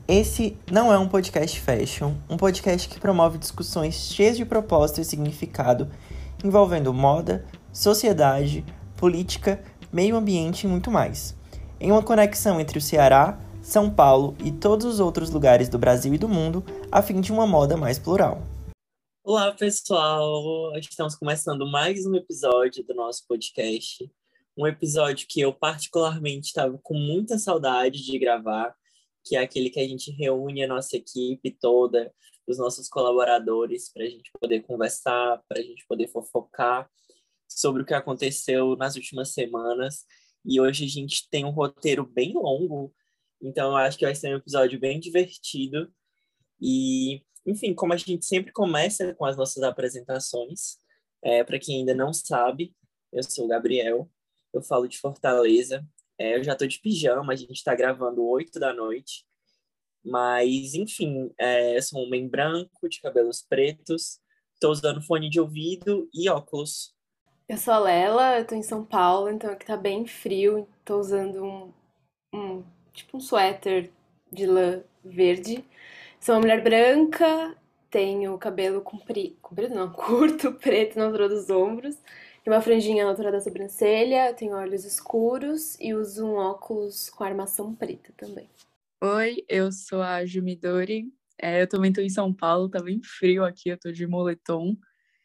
Esse não é um podcast fashion, um podcast que promove discussões cheias de propósito e significado, envolvendo moda, sociedade, política, meio ambiente e muito mais. Em uma conexão entre o Ceará, São Paulo e todos os outros lugares do Brasil e do mundo, a fim de uma moda mais plural. Olá, pessoal! Estamos começando mais um episódio do nosso podcast. Um episódio que eu particularmente estava com muita saudade de gravar, que é aquele que a gente reúne a nossa equipe toda, os nossos colaboradores, para a gente poder conversar, para a gente poder fofocar sobre o que aconteceu nas últimas semanas. E hoje a gente tem um roteiro bem longo, então eu acho que vai ser um episódio bem divertido. E, enfim, como a gente sempre começa com as nossas apresentações, para quem ainda não sabe, eu sou o Gabriel, eu falo de Fortaleza, eu já estou de pijama, a gente está gravando 8 da noite, mas, enfim, eu sou um homem branco, de cabelos pretos, estou usando fone de ouvido e óculos. Eu sou a Lela, eu tô em São Paulo, então aqui tá bem frio. Tô usando tipo um suéter de lã verde. Sou uma mulher branca, tenho cabelo comprido não, curto, preto na altura dos ombros, e uma franjinha na altura da sobrancelha, tenho olhos escuros e uso um óculos com armação preta também. Oi, eu sou a Jumidori. Eu também estou em São Paulo, tá bem frio aqui, eu tô de moletom.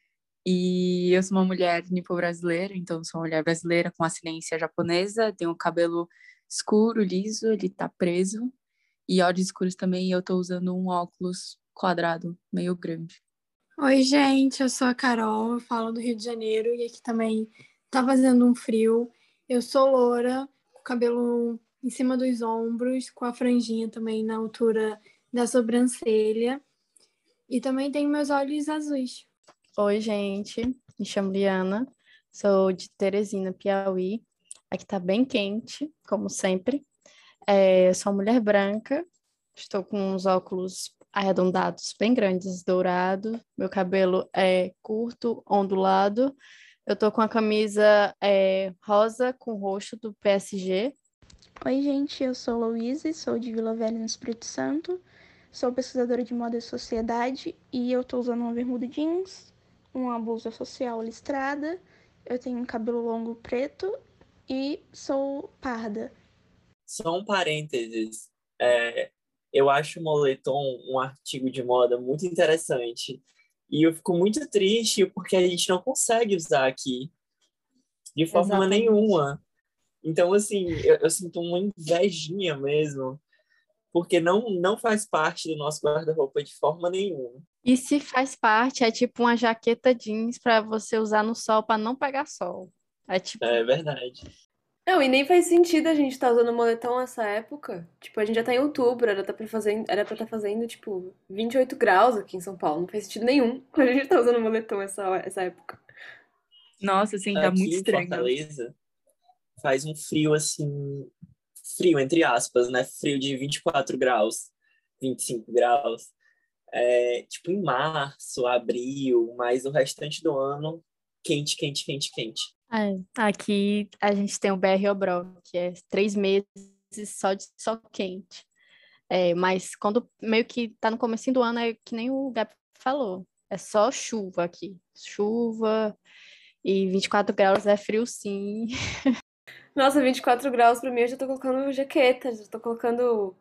E eu sou uma mulher nipo-brasileira, então sou uma mulher brasileira com ascendência japonesa, tenho cabelo escuro, liso, ele tá preso, e olhos escuros também, e eu tô usando um óculos quadrado, meio grande. Oi, gente, eu sou a Carol, eu falo do Rio de Janeiro e aqui também tá fazendo um frio. Eu sou loura, com o cabelo em cima dos ombros, com a franjinha também na altura da sobrancelha e também tenho meus olhos azuis. Oi, gente, me chamo Liana, sou de Teresina, Piauí. Aqui tá bem quente, como sempre. Sou uma mulher branca, estou com uns óculos arredondados bem grandes, dourado. Meu cabelo é curto, ondulado. Eu tô com a camisa rosa com roxo do PSG. Oi, gente, eu sou Louise, sou de Vila Velha, no Espírito Santo. Sou pesquisadora de moda e sociedade e eu tô usando uma bermuda jeans, uma blusa social listrada. Eu tenho um cabelo longo preto e sou parda. Só um parênteses, eu acho o moletom um artigo de moda muito interessante. E eu fico muito triste porque a gente não consegue usar aqui de forma Exatamente. nenhuma. Então, assim, eu sinto uma invejinha mesmo, porque não faz parte do nosso guarda-roupa de forma nenhuma. E se faz parte, é tipo uma jaqueta jeans para você usar no sol para não pegar sol. É tipo, É verdade. Não, e nem faz sentido a gente tá usando moletom nessa época. Tipo, a gente já tá em outubro, era pra estar fazendo, tipo, 28 graus aqui em São Paulo. Não faz sentido nenhum a gente tá usando moletom essa época. Nossa, assim, tá muito Aqui em estranho. Fortaleza faz um frio assim, frio entre aspas, né? Frio de 24 graus, 25 graus. Tipo em março, abril, mas o restante do ano, quente, quente, quente, quente. aqui a gente tem o BR-Obró, que é 3 meses só de sol quente. Mas quando meio que tá no comecinho do ano, é que nem o Gabi falou. É só chuva aqui. Chuva e 24 graus é frio, sim. Nossa, 24 graus pra mim eu já tô colocando jaqueta, já tô colocando.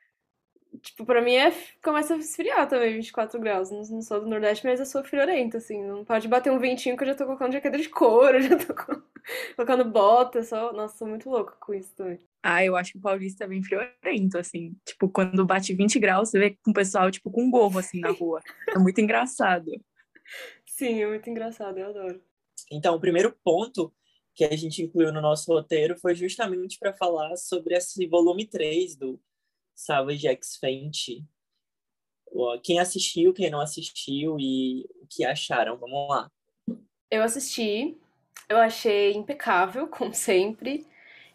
Tipo, pra mim começa a esfriar também, 24 graus. Não sou do Nordeste, mas eu sou friorenta, assim. Não pode bater um ventinho que eu já tô colocando jaqueta de couro, já tô colocando bota, só. Nossa, sou muito louca com isso também. Eu acho que o paulista é bem friorento, assim. Tipo, quando bate 20 graus, você vê com o pessoal, tipo, com gorro, assim, na rua. É muito engraçado. Sim, é muito engraçado, eu adoro. Então, o primeiro ponto que a gente incluiu no nosso roteiro foi justamente para falar sobre esse volume 3 do Savage X Fenty. Quem assistiu, quem não assistiu e o que acharam? Vamos lá. Eu assisti, eu achei impecável, como sempre.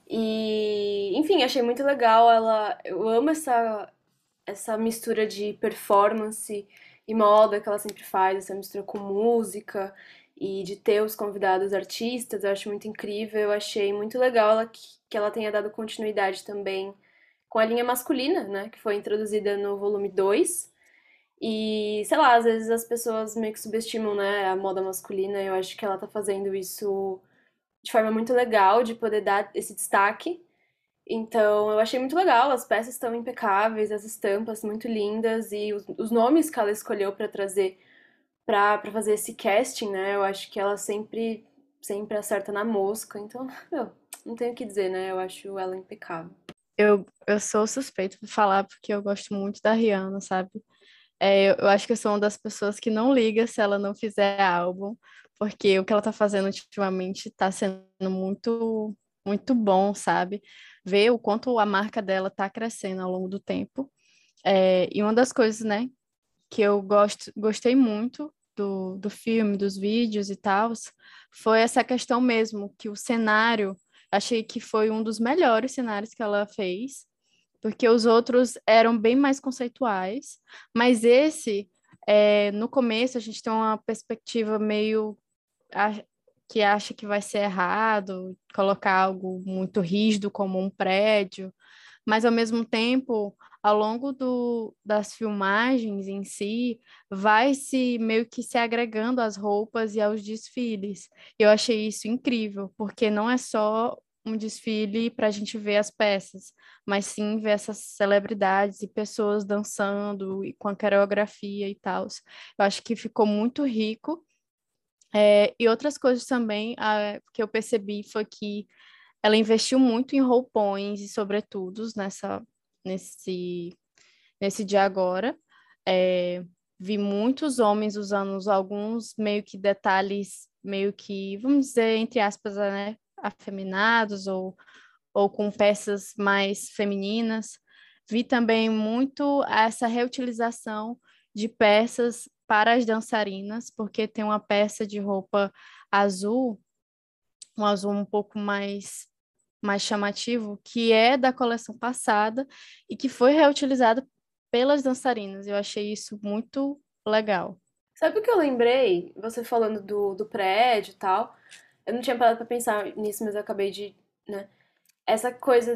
E, enfim, achei muito legal. Eu amo essa mistura de performance e moda que ela sempre faz, essa mistura com música e de ter os convidados artistas. Eu acho muito incrível. Eu achei muito legal que ela tenha dado continuidade também com a linha masculina, né, que foi introduzida no volume 2. E, sei lá, às vezes as pessoas meio que subestimam, né, a moda masculina. Eu acho que ela tá fazendo isso de forma muito legal, de poder dar esse destaque. Então, eu achei muito legal, as peças estão impecáveis, as estampas muito lindas e os nomes que ela escolheu pra trazer pra fazer esse casting, né? Eu acho que ela sempre acerta na mosca. Então, meu, não tenho o que dizer, né? Eu acho ela impecável. Eu sou suspeita para falar porque eu gosto muito da Rihanna, sabe? Eu acho que eu sou uma das pessoas que não liga se ela não fizer álbum, porque o que ela tá fazendo ultimamente tá sendo muito, muito bom, sabe? Ver o quanto a marca dela tá crescendo ao longo do tempo. E uma das coisas, né, que eu gostei muito do filme, dos vídeos e tal, foi essa questão mesmo, que o cenário, achei que foi um dos melhores cenários que ela fez, porque os outros eram bem mais conceituais, mas esse, no começo, a gente tem uma perspectiva meio que acha que vai ser errado, colocar algo muito rígido como um prédio, mas ao mesmo tempo, ao longo das filmagens em si, vai se meio que se agregando às roupas e aos desfiles. Eu achei isso incrível, porque não é só um desfile para a gente ver as peças, mas sim ver essas celebridades e pessoas dançando e com a coreografia e tal. Eu acho que ficou muito rico. E outras coisas também que eu percebi foi que ela investiu muito em roupões e sobretudos nesse, nesse dia agora. É, vi muitos homens usando alguns meio que detalhes, meio que, vamos dizer, entre aspas, né, afeminados ou com peças mais femininas. Vi também muito essa reutilização de peças para as dançarinas, porque tem uma peça de roupa azul, um azul um pouco mais chamativo, que é da coleção passada e que foi reutilizado pelas dançarinas. Eu achei isso muito legal. Sabe o que eu lembrei? Você falando do prédio e tal. Eu não tinha parado pra pensar nisso, mas eu acabei de, né? Essa coisa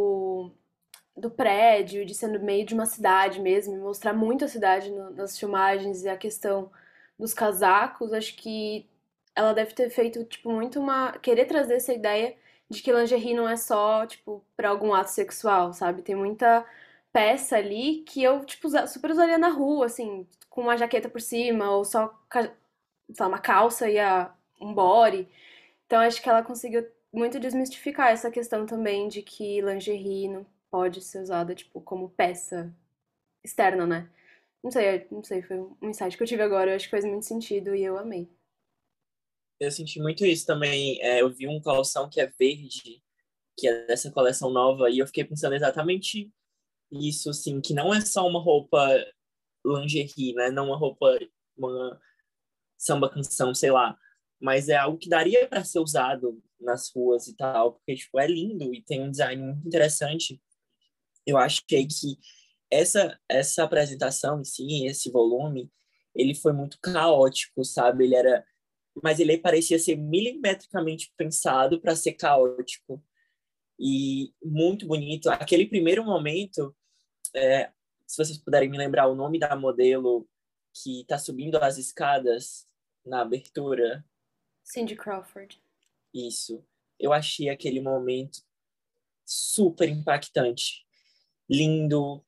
do prédio, de ser no meio de uma cidade mesmo, e mostrar muito a cidade nas filmagens e a questão dos casacos, acho que ela deve ter feito, tipo, muito querer trazer essa ideia de que lingerie não é só, tipo, pra algum ato sexual, sabe? Tem muita peça ali que eu, tipo, super usaria na rua, assim, com uma jaqueta por cima, ou só, sei lá, uma calça e um body. Então acho que ela conseguiu muito desmistificar essa questão também de que lingerie não pode ser usada, tipo, como peça externa, né? Não sei, foi um insight que eu tive agora, eu acho que faz muito sentido e eu amei. Eu senti muito isso também. Eu vi um calção que é verde, que é dessa coleção nova, e eu fiquei pensando exatamente isso, assim, que não é só uma roupa lingerie, né? Não uma roupa, uma samba canção, sei lá, mas é algo que daria para ser usado nas ruas e tal, porque tipo é lindo e tem um design muito interessante. Eu achei que essa apresentação em si, esse volume, ele foi muito caótico, sabe? Mas ele parecia ser milimetricamente pensado para ser caótico e muito bonito. Aquele primeiro momento, se vocês puderem me lembrar o nome da modelo que está subindo as escadas na abertura, Cindy Crawford. isso. Eu achei aquele momento super impactante, lindo.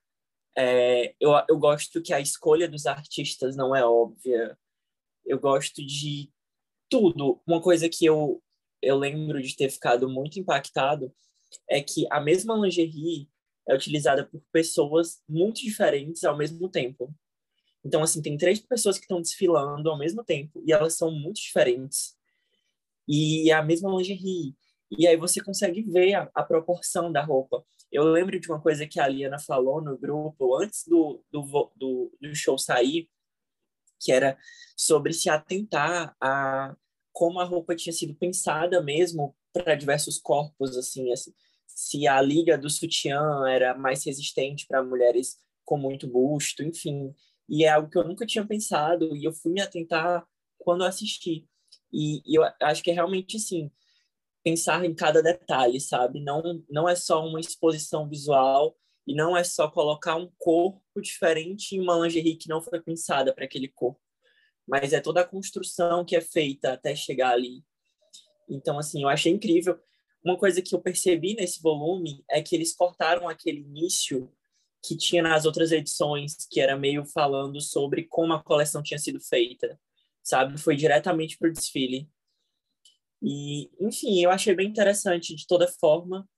Eu gosto que a escolha dos artistas não é óbvia. Eu gosto de tudo. Uma coisa que eu lembro de ter ficado muito impactado é que a mesma lingerie é utilizada por pessoas muito diferentes ao mesmo tempo. Então, assim, tem 3 pessoas que estão desfilando ao mesmo tempo e elas são muito diferentes. E é a mesma lingerie. E aí você consegue ver a proporção da roupa. Eu lembro de uma coisa que a Liana falou no grupo antes do show sair, que era sobre se atentar a como a roupa tinha sido pensada mesmo para diversos corpos, assim, se a liga do sutiã era mais resistente para mulheres com muito busto, enfim. E é algo que eu nunca tinha pensado e eu fui me atentar quando eu assisti. E eu acho que é realmente assim, pensar em cada detalhe, sabe? Não é só uma exposição visual E não é só colocar um corpo diferente em uma lingerie que não foi pensada para aquele corpo, mas é toda a construção que é feita até chegar ali. Então, assim, eu achei incrível. Uma coisa que eu percebi nesse volume é que eles cortaram aquele início que tinha nas outras edições, que era meio falando sobre como a coleção tinha sido feita, sabe? Foi diretamente para o desfile. E, enfim, eu achei bem interessante de toda forma,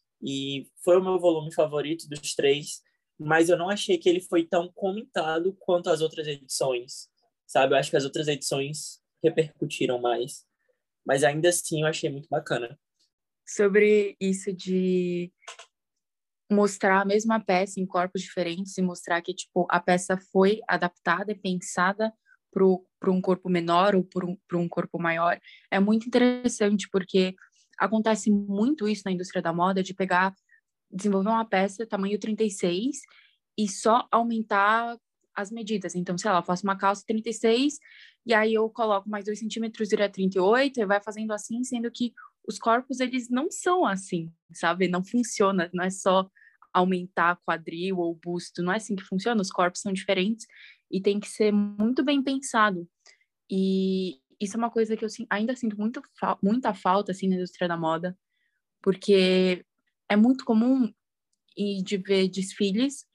e foi o meu volume favorito dos três, mas eu não achei que ele foi tão comentado quanto as outras edições, sabe? Eu acho que as outras edições repercutiram mais, mas ainda assim eu achei muito bacana. Sobre isso de mostrar a mesma peça em corpos diferentes e mostrar que, tipo, a peça foi adaptada e pensada para um corpo menor ou para um corpo maior, é muito interessante, porque acontece muito isso na indústria da moda, de desenvolver uma peça tamanho 36 e só aumentar as medidas. Então, sei lá, eu faço uma calça 36 e aí eu coloco mais 2 centímetros, vira 38 e vai fazendo assim, sendo que os corpos, eles não são assim, sabe? Não funciona, não é só aumentar quadril ou busto, não é assim que funciona, os corpos são diferentes e tem que ser muito bem pensado. E isso é uma coisa que eu ainda sinto muita falta, assim, na indústria da moda, porque é muito comum de ver desfiles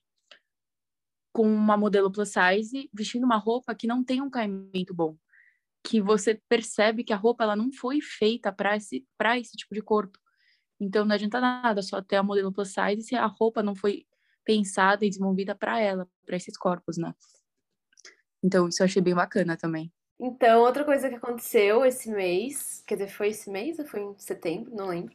com uma modelo plus size vestindo uma roupa que não tem um caimento bom, que você percebe que a roupa ela não foi feita para esse tipo de corpo. Então não adianta nada só ter a modelo plus size se a roupa não foi pensada e desenvolvida para ela, para esses corpos, né? Então isso eu achei bem bacana também. Então, outra coisa que aconteceu esse mês, quer dizer, foi esse mês ou foi em setembro? Não lembro.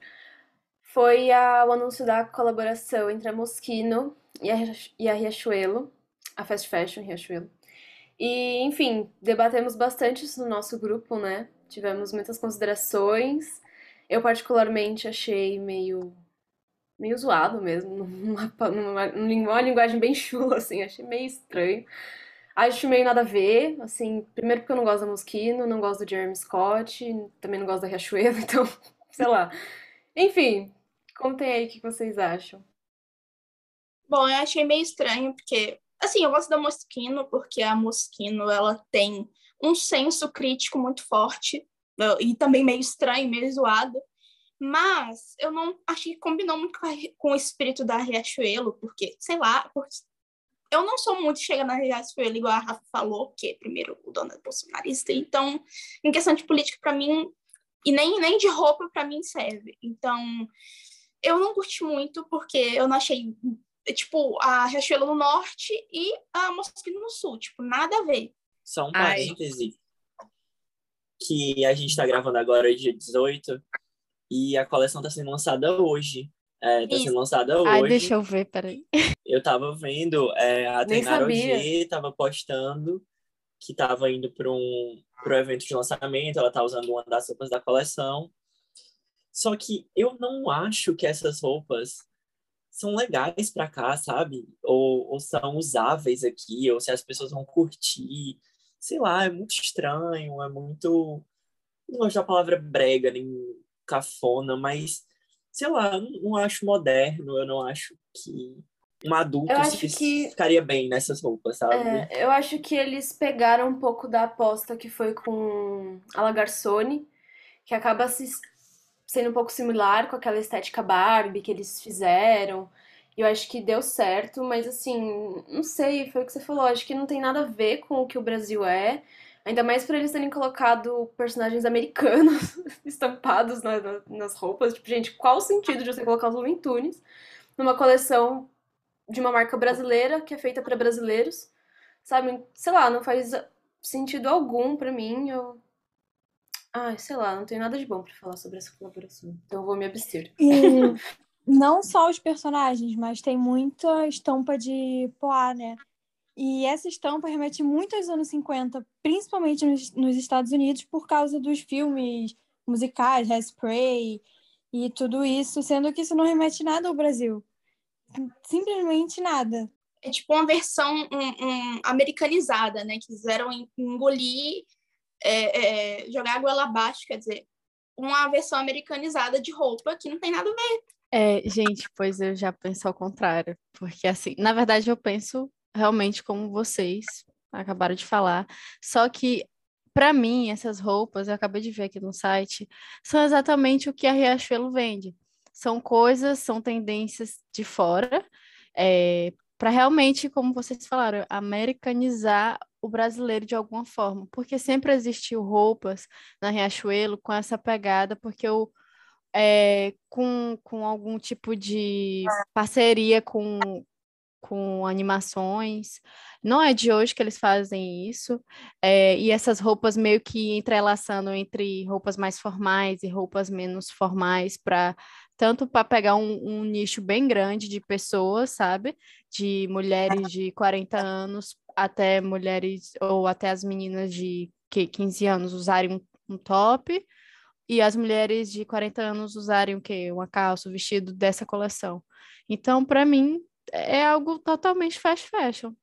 Foi o anúncio da colaboração entre a Moschino e a Riachuelo, a Fast Fashion Riachuelo. E, enfim, debatemos bastante isso no nosso grupo, né? Tivemos muitas considerações. Eu, particularmente, achei meio zoado mesmo, numa linguagem bem chula, assim, achei meio estranho. Acho meio nada a ver, assim, primeiro porque eu não gosto da Moschino, não gosto do Jeremy Scott, também não gosto da Riachuelo, então, sei lá. Enfim, contem aí o que vocês acham. Bom, eu achei meio estranho, porque, assim, eu gosto da Moschino, porque a Moschino, ela tem um senso crítico muito forte, e também meio estranho, meio zoado, mas eu não achei que combinou muito com o espírito da Riachuelo, porque, sei lá, eu não sou muito chega na Riachuelo, igual a Rafa falou, que primeiro o dono é bolsonarista, então, em questão de política, para mim, e nem de roupa, para mim, serve. Então, eu não curti muito, porque eu não achei, tipo, a Riachuelo no norte e a Moschino no sul, tipo, nada a ver. Só um parêntese, que a gente está gravando agora, dia 18, e a coleção está sendo lançada hoje. Tá sendo lançada hoje. Ai, deixa eu ver, peraí. Eu tava vendo, a Nem Tainara sabia. OG tava postando que tava indo pro evento de lançamento, ela tá usando uma das roupas da coleção. Só que eu não acho que essas roupas são legais pra cá, sabe? Ou são usáveis aqui, ou se as pessoas vão curtir. Sei lá, é muito estranho, é muito... Não gosto da palavra brega, nem cafona, mas, sei lá, eu não acho moderno, eu não acho que um adulto Eu acho que ficaria bem nessas roupas, sabe? eu acho que eles pegaram um pouco da aposta que foi com a La Garçonne, que acaba sendo um pouco similar com aquela estética Barbie que eles fizeram. E eu acho que deu certo, mas assim, não sei, foi o que você falou, acho que não tem nada a ver com o que o Brasil é. Ainda mais por eles terem colocado personagens americanos estampados nas roupas. Tipo, gente, qual o sentido de você colocar os Looney Tunes numa coleção de uma marca brasileira que é feita para brasileiros? Sabe? Sei lá, não faz sentido algum pra mim. Ai, sei lá, não tenho nada de bom pra falar sobre essa colaboração. Então eu vou me abster. E não só os personagens, mas tem muita estampa de poá, né? E essa estampa remete muito aos anos 50, principalmente nos Estados Unidos, por causa dos filmes musicais, Hairspray e tudo isso, sendo que isso não remete nada ao Brasil. Simplesmente nada. É tipo uma versão americanizada, né? Quiseram engolir, jogar a goela abaixo, quer dizer, uma versão americanizada de roupa que não tem nada a ver. Gente, pois eu já penso ao contrário, porque assim, na verdade eu penso realmente como vocês acabaram de falar, só que para mim essas roupas, eu acabei de ver aqui no site, são exatamente o que a Riachuelo vende. São coisas, são tendências de fora, para realmente, como vocês falaram, americanizar o brasileiro de alguma forma, porque sempre existiu roupas na Riachuelo com essa pegada, porque com algum tipo de parceria com animações. Não é de hoje que eles fazem isso. E essas roupas meio que entrelaçando entre roupas mais formais e roupas menos formais, tanto para pegar um nicho bem grande de pessoas, sabe? De mulheres de 40 anos até mulheres ou até as meninas de 15 anos usarem um top e as mulheres de 40 anos usarem o quê? Uma calça, um vestido dessa coleção. Então, para mim, é algo totalmente fast fashion.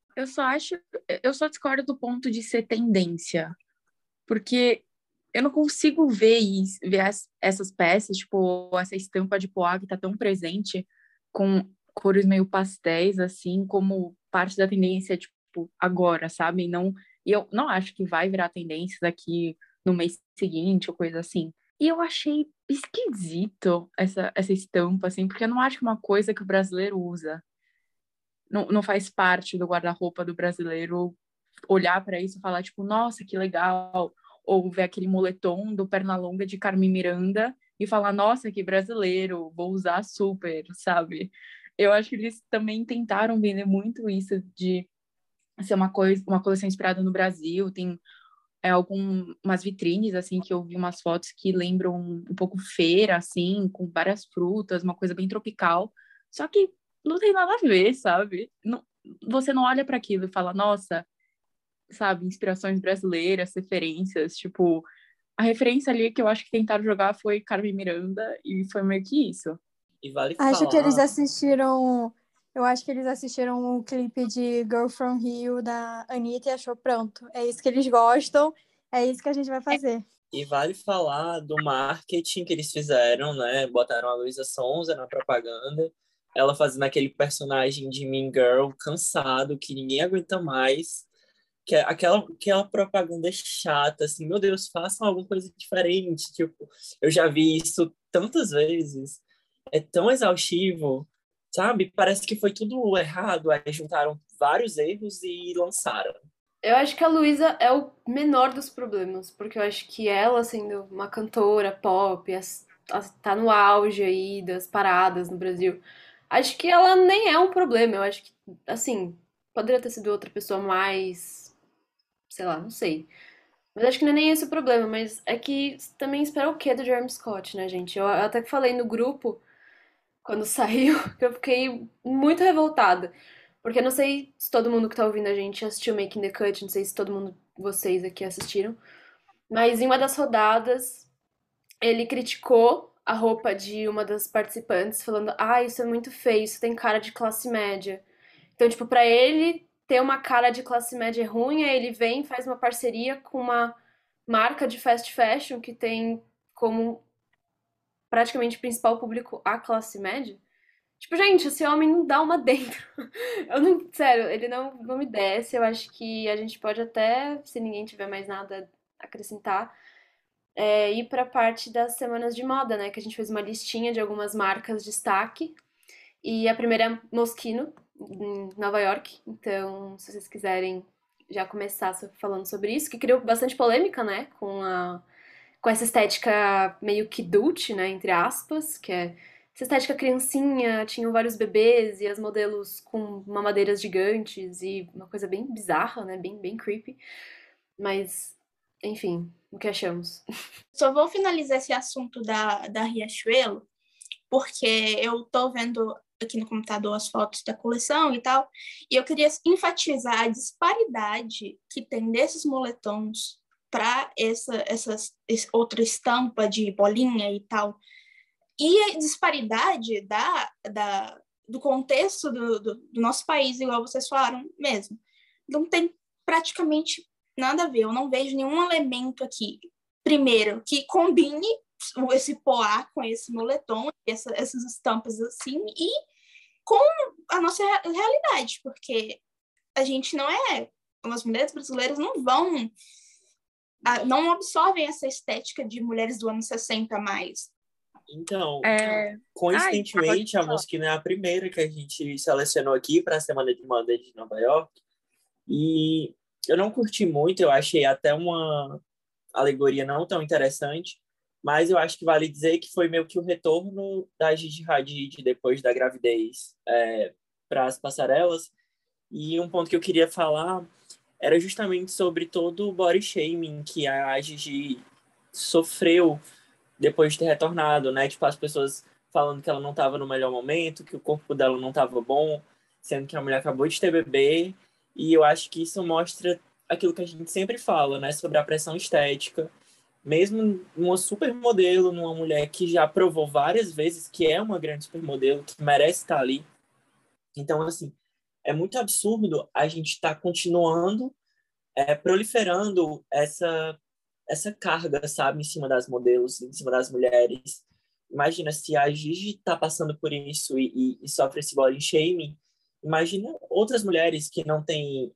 Eu só discordo do ponto de ser tendência, porque eu não consigo ver essas peças, tipo, essa estampa de poá que tá tão presente, com cores meio pastéis, assim, como parte da tendência, tipo, agora, sabe? E eu não acho que vai virar tendência daqui no mês seguinte ou coisa assim. E eu achei esquisito essa estampa, assim, porque eu não acho que uma coisa que o brasileiro usa não faz parte do guarda-roupa do brasileiro olhar para isso e falar, tipo, nossa, que legal. Ou ver aquele moletom do Pernalonga de Carmen Miranda e falar, nossa, que brasileiro, vou usar super, sabe? Eu acho que eles também tentaram vender muito isso de ser uma coleção inspirada no Brasil. Tem algumas vitrines, assim, que eu vi umas fotos que lembram um pouco feira, assim, com várias frutas, uma coisa bem tropical. Só que não tem nada a ver, sabe? Não, você não olha para aquilo e fala, nossa, sabe, inspirações brasileiras, referências, tipo, a referência ali que eu acho que tentaram jogar foi Carmen Miranda e foi meio que isso. E vale Acho que eles falar, assistiram. Eu acho que eles assistiram o clipe de Girl From Rio da Anitta e achou pronto. É isso que eles gostam, é isso que a gente vai fazer. e vale falar do marketing que eles fizeram, né? Botaram a Luísa Sonza na propaganda, ela fazendo aquele personagem de Mean Girl cansado, que ninguém aguenta mais, que é aquela propaganda chata, assim, meu Deus, façam alguma coisa diferente. Tipo, eu já vi isso tantas vezes, é tão exaustivo, sabe? Parece que foi tudo errado, aí juntaram vários erros e lançaram. Eu acho que a Luísa é o menor dos problemas, porque eu acho que ela, sendo uma cantora pop, tá no auge aí das paradas no Brasil, acho que ela nem é um problema. Eu acho que, assim, poderia ter sido outra pessoa mais, sei lá, não sei. Mas acho que não é nem esse o problema, mas é que também espera o quê do Jeremy Scott, né, gente? Eu até que falei no grupo, quando saiu, que eu fiquei muito revoltada. Porque eu não sei se todo mundo que tá ouvindo a gente assistiu Making the Cut, não sei se todo mundo, vocês aqui assistiram. Mas em uma das rodadas, ele criticou a roupa de uma das participantes, falando: ah, isso é muito feio, isso tem cara de classe média. Então, tipo, pra ele ter uma cara de classe média ruim, aí ele vem e faz uma parceria com uma marca de fast fashion que tem como praticamente principal público a classe média. Tipo, gente, esse homem não dá uma dentro. Eu não, sério, ele não me desce. Eu acho que a gente pode até, se ninguém tiver mais nada a acrescentar, ir pra parte das semanas de moda, né? Que a gente fez uma listinha de algumas marcas de destaque. E a primeira é Moschino, em Nova York. Então, se vocês quiserem já começar falando sobre isso, que criou bastante polêmica, né? Com essa estética meio que Dutch, né? Entre aspas, que é essa estética criancinha, tinham vários bebês e as modelos com mamadeiras gigantes e uma coisa bem bizarra, né? Bem creepy. Mas, enfim, o que achamos? Só vou finalizar esse assunto da Riachuelo, porque eu tô vendo aqui no computador as fotos da coleção e tal, e eu queria enfatizar a disparidade que tem desses moletons para essa outra estampa de bolinha e tal. E a disparidade do contexto do nosso país, igual vocês falaram mesmo. Não tem praticamente nada a ver. Eu não vejo nenhum elemento aqui, primeiro, que combine esse poá com esse moletom, essas estampas assim, e com a nossa realidade, porque a gente não é, as mulheres brasileiras não absorvem essa estética de mulheres do ano 60 mais. Então, Ai, coincidentemente, a Moschino é a primeira que a gente selecionou aqui para a Semana de Moda de Nova York. E eu não curti muito, eu achei até uma alegoria não tão interessante, mas eu acho que vale dizer que foi meio que o retorno da Gigi Hadid depois da gravidez para as passarelas. E um ponto que eu queria falar era justamente sobre todo o body shaming que a Gigi sofreu depois de ter retornado, né? Tipo, as pessoas falando que ela não estava no melhor momento, que o corpo dela não estava bom, sendo que a mulher acabou de ter bebê. E eu acho que isso mostra aquilo que a gente sempre fala, né? Sobre a pressão estética. Mesmo numa supermodelo, numa mulher que já provou várias vezes que é uma grande supermodelo, que merece estar ali. Então, assim, é muito absurdo a gente estar continuando proliferando essa carga, sabe, em cima das modelos, em cima das mulheres. Imagina se a Gigi está passando por isso e sofre esse body shaming. Imagina outras mulheres que não têm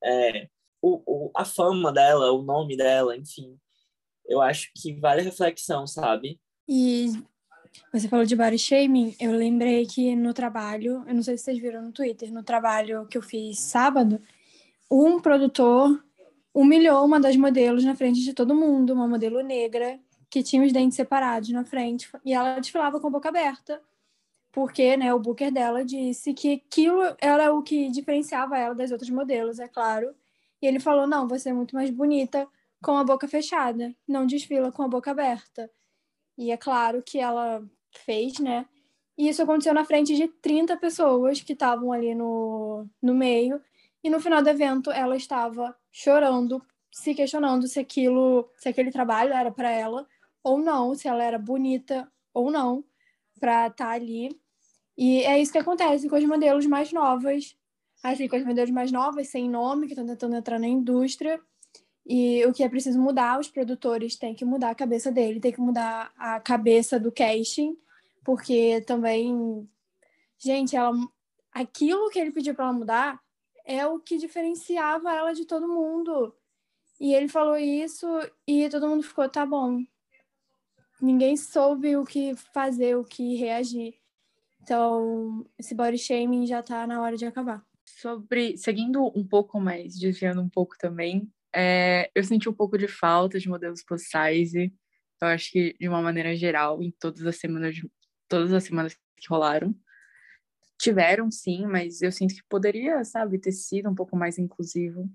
a fama dela, o nome dela, enfim. Eu acho que vale a reflexão, sabe? E você falou de body shaming, eu lembrei que no trabalho, eu não sei se vocês viram no Twitter, no trabalho que eu fiz sábado, um produtor humilhou uma das modelos na frente de todo mundo, uma modelo negra, que tinha os dentes separados na frente, e ela desfilava com a boca aberta, porque, né, o booker dela disse que aquilo era o que diferenciava ela das outras modelos, é claro. E ele falou, não, você é muito mais bonita com a boca fechada, não desfila com a boca aberta. E é claro que ela fez, né? E isso aconteceu na frente de 30 pessoas que estavam ali no meio. E no final do evento, ela estava chorando, se questionando se aquele trabalho era para ela ou não, se ela era bonita ou não para estar ali. E é isso que acontece com as modelos mais novas. Assim, com as modelos mais novas, sem nome, que estão tentando entrar na indústria. E o que é preciso mudar, os produtores têm que mudar a cabeça dele, tem que mudar a cabeça do casting, porque também, gente, aquilo que ele pediu para ela mudar é o que diferenciava ela de todo mundo. E ele falou isso e todo mundo ficou, tá bom. Ninguém soube o que fazer, o que reagir. Então, esse body shaming já tá na hora de acabar. Seguindo um pouco mais, desviando um pouco também, eu senti um pouco de falta de modelos plus size. Eu acho que, de uma maneira geral, em todas as semanas que rolaram, tiveram, sim, mas eu sinto que poderia, sabe, ter sido um pouco mais inclusivo.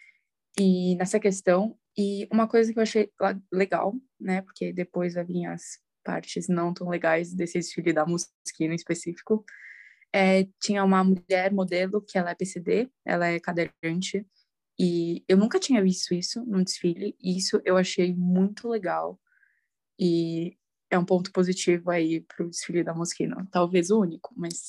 E nessa questão, e uma coisa que eu achei legal, né, porque depois vai vir as partes não tão legais desse desfile da Moschino em específico, tinha uma mulher modelo que ela é PCD, ela é cadeirante, e eu nunca tinha visto isso num desfile, e isso eu achei muito legal, e é um ponto positivo aí pro desfile da Moschino, talvez o único, mas...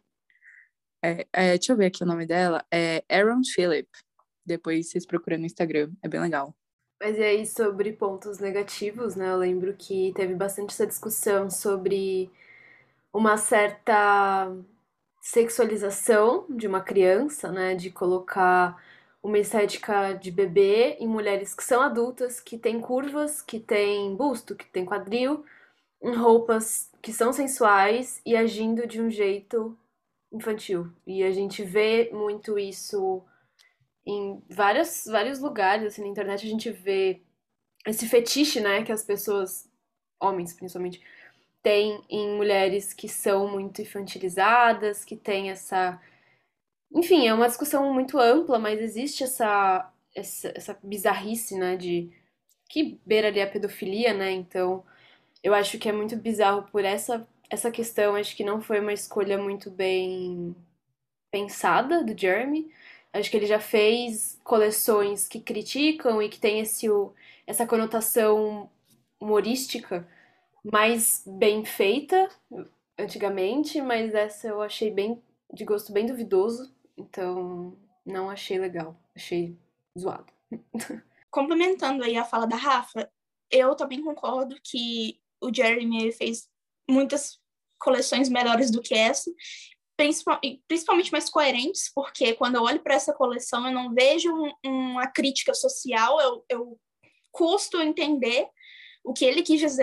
deixa eu ver aqui o nome dela, é Aaron Phillip, depois vocês procuram no Instagram, é bem legal. Mas e aí, sobre pontos negativos, né? Eu lembro que teve bastante essa discussão sobre uma certa sexualização de uma criança, né? De colocar uma estética de bebê em mulheres que são adultas, que têm curvas, que têm busto, que têm quadril, em roupas que são sensuais e agindo de um jeito infantil. E a gente vê muito isso em vários lugares, assim, na internet a gente vê esse fetiche, né, que as pessoas, homens principalmente, têm em mulheres que são muito infantilizadas, que têm essa... Enfim, é uma discussão muito ampla, mas existe essa bizarrice, né, que beira ali a pedofilia, né, então eu acho que é muito bizarro por essa questão, acho que não foi uma escolha muito bem pensada do Jeremy. Acho que ele já fez coleções que criticam e que tem essa conotação humorística mais bem feita antigamente, mas essa eu achei de gosto bem duvidoso, então não achei legal, achei zoado. Complementando aí a fala da Rafa, eu também concordo que o Jeremy ele fez muitas coleções melhores do que essa, principalmente mais coerentes, porque quando eu olho para essa coleção eu não vejo uma crítica social, eu custo entender o que ele quis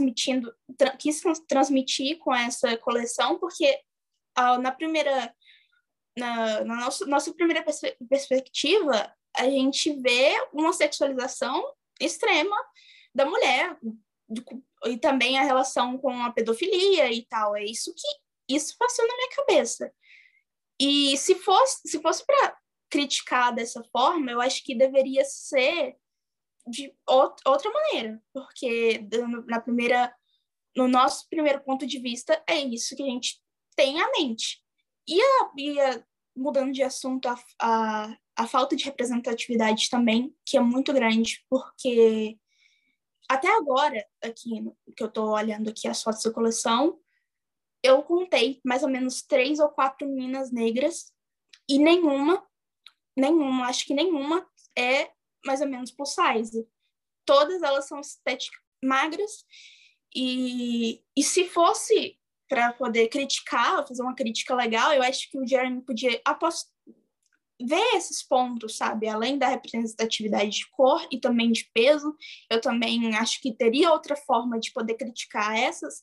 transmitir com essa coleção, porque na nossa primeira perspectiva, a gente vê uma sexualização extrema da mulher, e também a relação com a pedofilia e tal. Isso passou na minha cabeça. E se fosse para criticar dessa forma, eu acho que deveria ser de outra maneira, porque no nosso primeiro ponto de vista é isso que a gente tem à mente. E mudando de assunto, a falta de representatividade também, que é muito grande, porque até agora, aqui que eu estou olhando aqui as fotos da coleção, eu contei mais ou menos 3 ou 4 meninas negras e acho que nenhuma é mais ou menos plus size. Todas elas são estéticas magras e se fosse para poder criticar, fazer uma crítica legal, eu acho que o Jeremy podia ver esses pontos, sabe? Além da representatividade de cor e também de peso, eu também acho que teria outra forma de poder criticar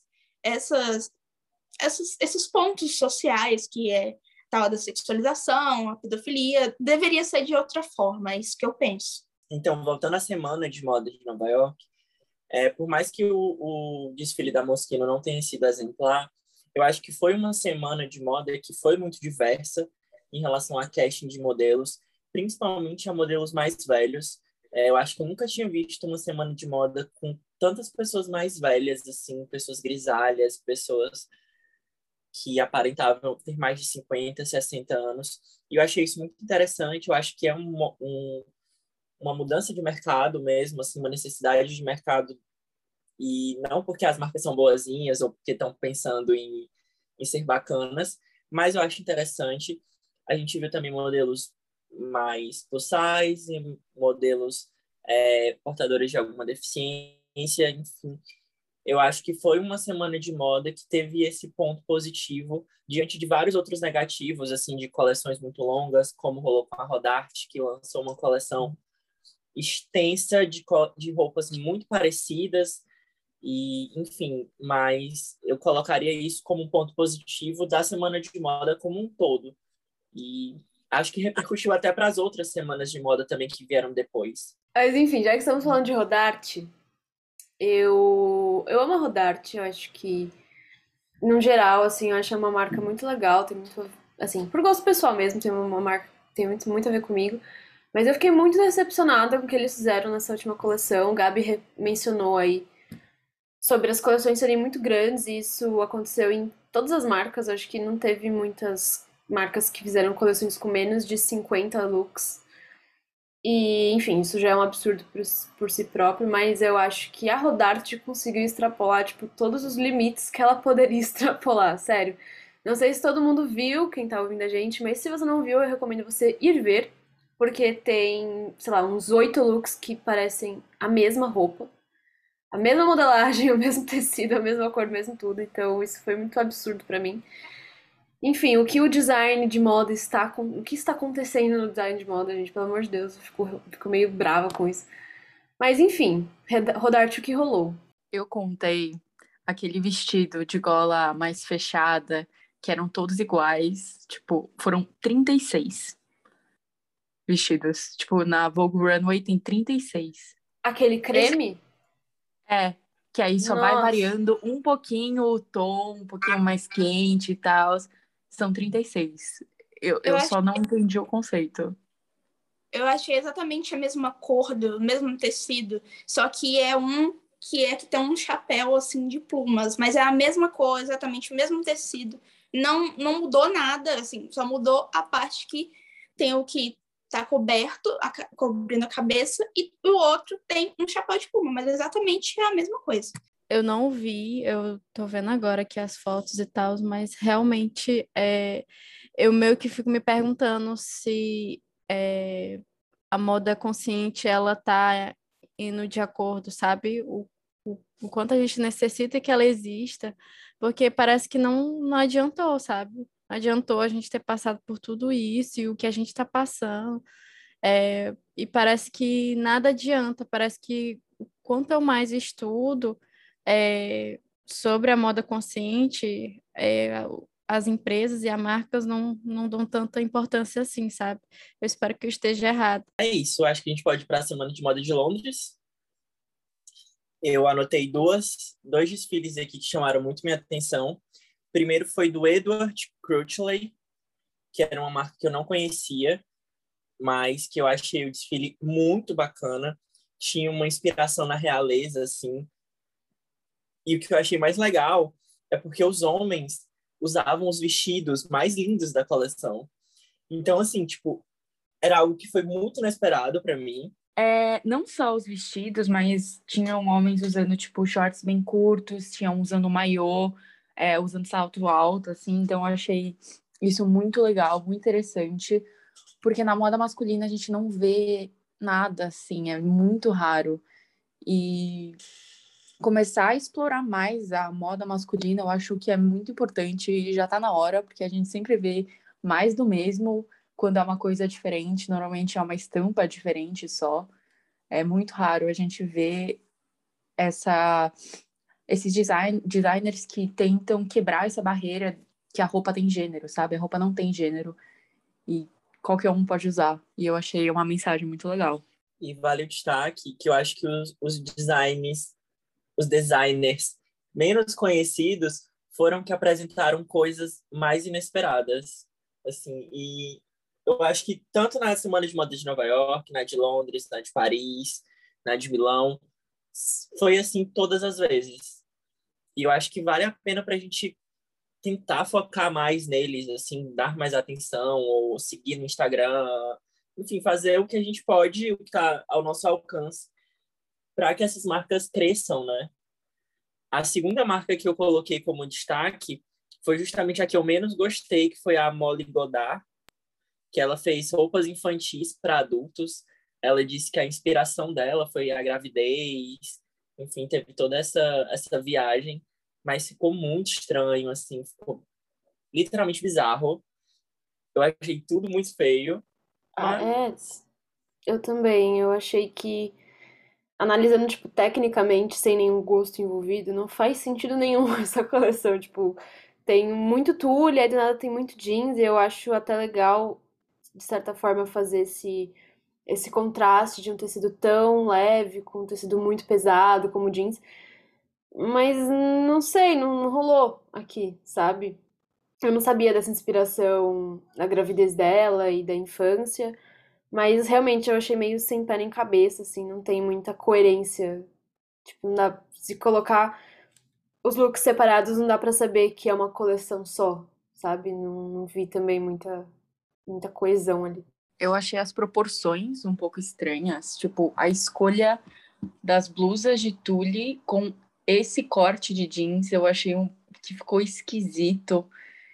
esses pontos sociais, que é tal da sexualização, a pedofilia, deveria ser de outra forma, é isso que eu penso. Então, voltando à Semana de Moda de Nova York, por mais que o desfile da Moschino não tenha sido exemplar, eu acho que foi uma semana de moda que foi muito diversa em relação a casting de modelos, principalmente a modelos mais velhos. Eu acho que eu nunca tinha visto uma semana de moda com tantas pessoas mais velhas, assim, pessoas grisalhas, pessoas que aparentavam ter mais de 50, 60 anos. E eu achei isso muito interessante. Eu acho que é uma mudança de mercado mesmo, assim, uma necessidade de mercado, e não porque as marcas são boazinhas ou porque estão pensando em ser bacanas, mas eu acho interessante. A gente viu também modelos mais plus size, modelos portadores de alguma deficiência, enfim. Eu acho que foi uma semana de moda que teve esse ponto positivo diante de vários outros negativos, assim, de coleções muito longas, como rolou com a Rodarte, que lançou uma coleção extensa de roupas muito parecidas, e, enfim, mas eu colocaria isso como um ponto positivo da semana de moda como um todo. E acho que repercutiu até para as outras semanas de moda também que vieram depois. Mas enfim, já que estamos falando de Rodarte, eu amo a Rodarte, eu acho que, no geral, assim, eu acho uma marca muito legal, tem muito, assim, por gosto pessoal mesmo, tem uma marca que tem muito a ver comigo, mas eu fiquei muito decepcionada com o que eles fizeram nessa última coleção. O Gabi mencionou aí sobre as coleções serem muito grandes, e isso aconteceu em todas as marcas, eu acho que não teve muitas marcas que fizeram coleções com menos de 50 looks. E, enfim, isso já é um absurdo por si próprio, mas eu acho que a Rodarte conseguiu extrapolar, tipo, todos os limites que ela poderia extrapolar, sério. Não sei se todo mundo viu, quem tá ouvindo a gente, mas se você não viu, eu recomendo você ir ver, porque tem, sei lá, uns 8 looks que parecem a mesma roupa, a mesma modelagem, o mesmo tecido, a mesma cor, o mesmo tudo, então isso foi muito absurdo pra mim. Enfim, o que o design de moda o que está acontecendo no design de moda, gente, pelo amor de Deus, eu fico meio brava com isso. Mas enfim, Rodarte, o que rolou? Eu contei aquele vestido de gola mais fechada, que eram todos iguais, tipo, foram 36 vestidos. Tipo, na Vogue Runway tem 36. Aquele creme? Que aí só vai Nossa. variando um pouquinho o tom, um pouquinho mais quente e tal. São 36. Eu só não entendi o conceito. Eu achei exatamente a mesma cor do mesmo tecido, só que é que tem um chapéu assim de plumas, mas é a mesma cor, exatamente o mesmo tecido. Não mudou nada, assim, só mudou a parte que tem o que tá cobrindo a cabeça, e o outro tem um chapéu de pluma, mas exatamente é a mesma coisa. Eu não vi, eu tô vendo agora aqui as fotos e tal, mas realmente eu meio que fico me perguntando se a moda consciente ela tá indo de acordo, sabe? o quanto a gente necessita que ela exista, porque parece que não adiantou, sabe? Não adiantou a gente ter passado por tudo isso e o que a gente está passando. E parece que nada adianta, parece que quanto eu mais estudo sobre a moda consciente, as empresas e as marcas não dão tanta importância assim, sabe? Eu espero que eu esteja errado. É isso, acho que a gente pode ir para a Semana de Moda de Londres. Eu anotei dois desfiles aqui que chamaram muito minha atenção. Primeiro foi do Edward Crutchley, que era uma marca que eu não conhecia, mas que eu achei o desfile muito bacana. Tinha uma inspiração na realeza, assim. E o que eu achei mais legal é porque os homens usavam os vestidos mais lindos da coleção. Então, assim, tipo, era algo que foi muito inesperado para mim. Não só os vestidos, mas tinham homens usando, tipo, shorts bem curtos, tinham usando maiô, usando salto alto, assim. Então, eu achei isso muito legal, muito interessante, porque na moda masculina a gente não vê nada, assim, é muito raro. E começar a explorar mais a moda masculina, eu acho que é muito importante e já tá na hora, porque a gente sempre vê mais do mesmo quando é uma coisa diferente, normalmente é uma estampa diferente só. É muito raro a gente ver esses designers que tentam quebrar essa barreira que a roupa tem gênero, sabe? A roupa não tem gênero e qualquer um pode usar. E eu achei uma mensagem muito legal. E vale o destaque que eu acho que os designers menos conhecidos foram que apresentaram coisas mais inesperadas, assim, e eu acho que tanto na Semana de Moda de Nova York, na de Londres, na de Paris, na de Milão, foi assim todas as vezes. E eu acho que vale a pena para a gente tentar focar mais neles, assim, dar mais atenção, ou seguir no Instagram, enfim, fazer o que a gente pode, o que está ao nosso alcance, para que essas marcas cresçam, né? A segunda marca que eu coloquei como destaque foi justamente a que eu menos gostei, que foi a Molly Goddard, que ela fez roupas infantis para adultos. Ela disse que a inspiração dela foi a gravidez, enfim, teve toda essa viagem, mas ficou muito estranho, assim, ficou literalmente bizarro. Eu achei tudo muito feio, mas Eu também. Eu achei que, analisando, tipo, tecnicamente, sem nenhum gosto envolvido, não faz sentido nenhum essa coleção. Tipo, tem muito tule, aí do nada tem muito jeans, e eu acho até legal, de certa forma, fazer esse contraste de um tecido tão leve com um tecido muito pesado, como jeans. Mas não sei, não rolou aqui, sabe? Eu não sabia dessa inspiração da gravidez dela e da infância, mas realmente eu achei meio sem pé nem cabeça, assim, não tem muita coerência. Tipo, não dá, se colocar os looks separados, não dá pra saber que é uma coleção só, sabe? Não vi também muita coesão ali. Eu achei as proporções um pouco estranhas, tipo, a escolha das blusas de tule com esse corte de jeans, eu achei que ficou esquisito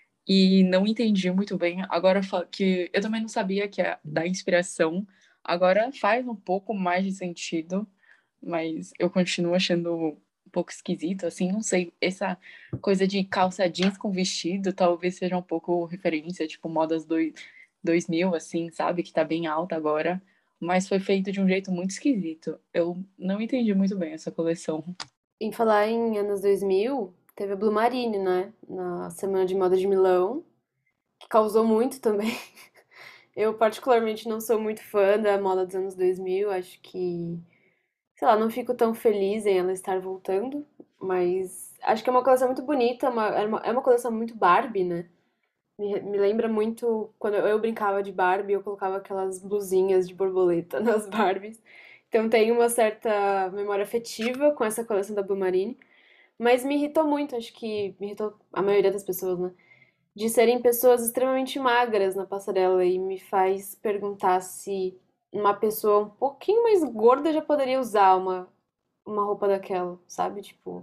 e não entendi muito bem. Agora que eu também não sabia que é da inspiração, agora faz um pouco mais de sentido, mas eu continuo achando um pouco esquisito, assim, não sei, essa coisa de calça jeans com vestido talvez seja um pouco referência, tipo, modas 2000, assim, sabe, que tá bem alta agora, mas foi feito de um jeito muito esquisito. Eu não entendi muito bem essa coleção. Em falar em anos 2000, teve a Blue Marine, né? Na Semana de Moda de Milão, que causou muito também. Eu, particularmente, não sou muito fã da moda dos anos 2000. Acho que, sei lá, não fico tão feliz em ela estar voltando. Mas acho que é uma coleção muito bonita. É uma coleção muito Barbie, né? Me lembra muito quando eu brincava de Barbie, eu colocava aquelas blusinhas de borboleta nas Barbies. Então tem uma certa memória afetiva com essa coleção da Blue Marine. Mas me irritou muito, acho que me irritou a maioria das pessoas, né? De serem pessoas extremamente magras na passarela e me faz perguntar se uma pessoa um pouquinho mais gorda já poderia usar uma roupa daquela, sabe? Tipo,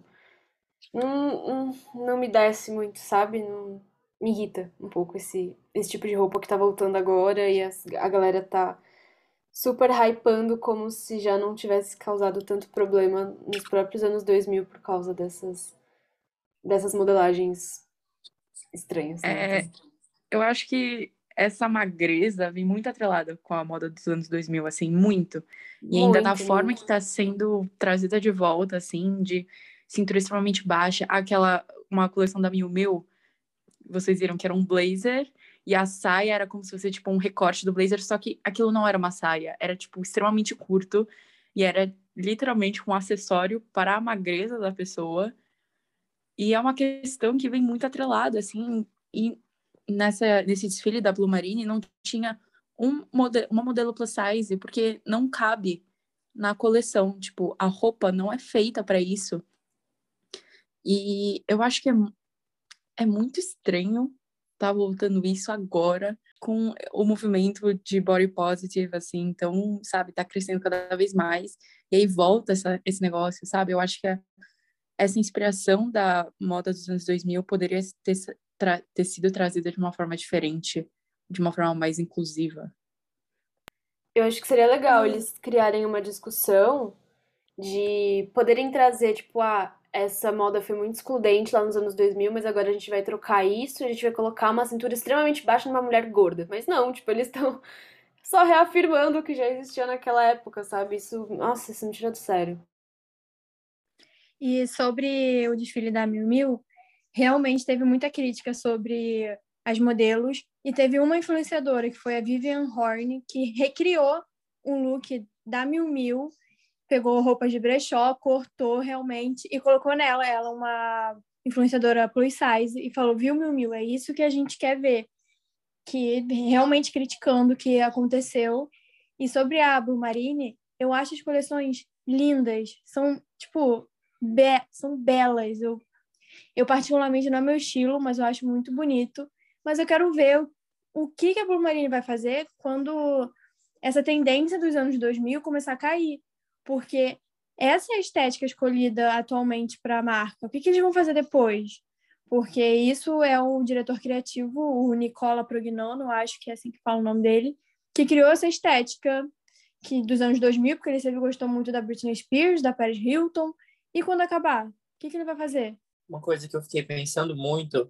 não me desce muito, sabe? Não, me irrita um pouco esse tipo de roupa que tá voltando agora e a galera tá super hypando como se já não tivesse causado tanto problema nos próprios anos 2000 por causa dessas modelagens estranhas, né? É, Então, eu acho que essa magreza vem muito atrelada com a moda dos anos 2000, assim, muito. E ainda da muito, forma muito. que está sendo trazida de volta, assim, de cintura extremamente baixa. Uma coleção da Miu Miu, vocês viram que era um blazer, e a saia era como se fosse, tipo, um recorte do blazer, só que aquilo não era uma saia, era, tipo, extremamente curto, e era literalmente um acessório para a magreza da pessoa. E é uma questão que vem muito atrelada, assim, e nesse desfile da Blue Marine não tinha uma modelo plus size, porque não cabe na coleção, tipo, a roupa não é feita para isso. E eu acho que é muito estranho tá voltando isso agora com o movimento de body positive, assim, então, sabe, tá crescendo cada vez mais, e aí volta esse negócio, sabe? Eu acho que essa inspiração da moda dos anos 2000 poderia ter sido trazida de uma forma diferente, de uma forma mais inclusiva. Eu acho que seria legal eles criarem uma discussão de poderem trazer, tipo, essa moda foi muito excludente lá nos anos 2000, mas agora a gente vai trocar isso, a gente vai colocar uma cintura extremamente baixa numa mulher gorda. Mas não, tipo, eles estão só reafirmando o que já existia naquela época, sabe? Isso, nossa, isso me tira do sério. E sobre o desfile da Miu Miu, realmente teve muita crítica sobre as modelos e teve uma influenciadora, que foi a Vivian Horn, que recriou um look da Miu Miu, pegou roupas de brechó, cortou realmente e colocou nela, ela uma influenciadora plus size, e falou, viu, Miu Miu, é isso que a gente quer ver, que realmente criticando o que aconteceu. E sobre a Blue Marine, eu acho as coleções lindas, são, tipo, são belas. Eu particularmente não é meu estilo, mas eu acho muito bonito. Mas eu quero ver o que a Blue Marine vai fazer quando essa tendência dos anos 2000 começar a cair. Porque essa é a estética escolhida atualmente para a marca. O que eles vão fazer depois? Porque isso é o diretor criativo, o Nicola Prognano, acho que é assim que fala o nome dele, que criou essa estética dos anos 2000, porque ele sempre gostou muito da Britney Spears, da Paris Hilton. E quando acabar, o que ele vai fazer? Uma coisa que eu fiquei pensando muito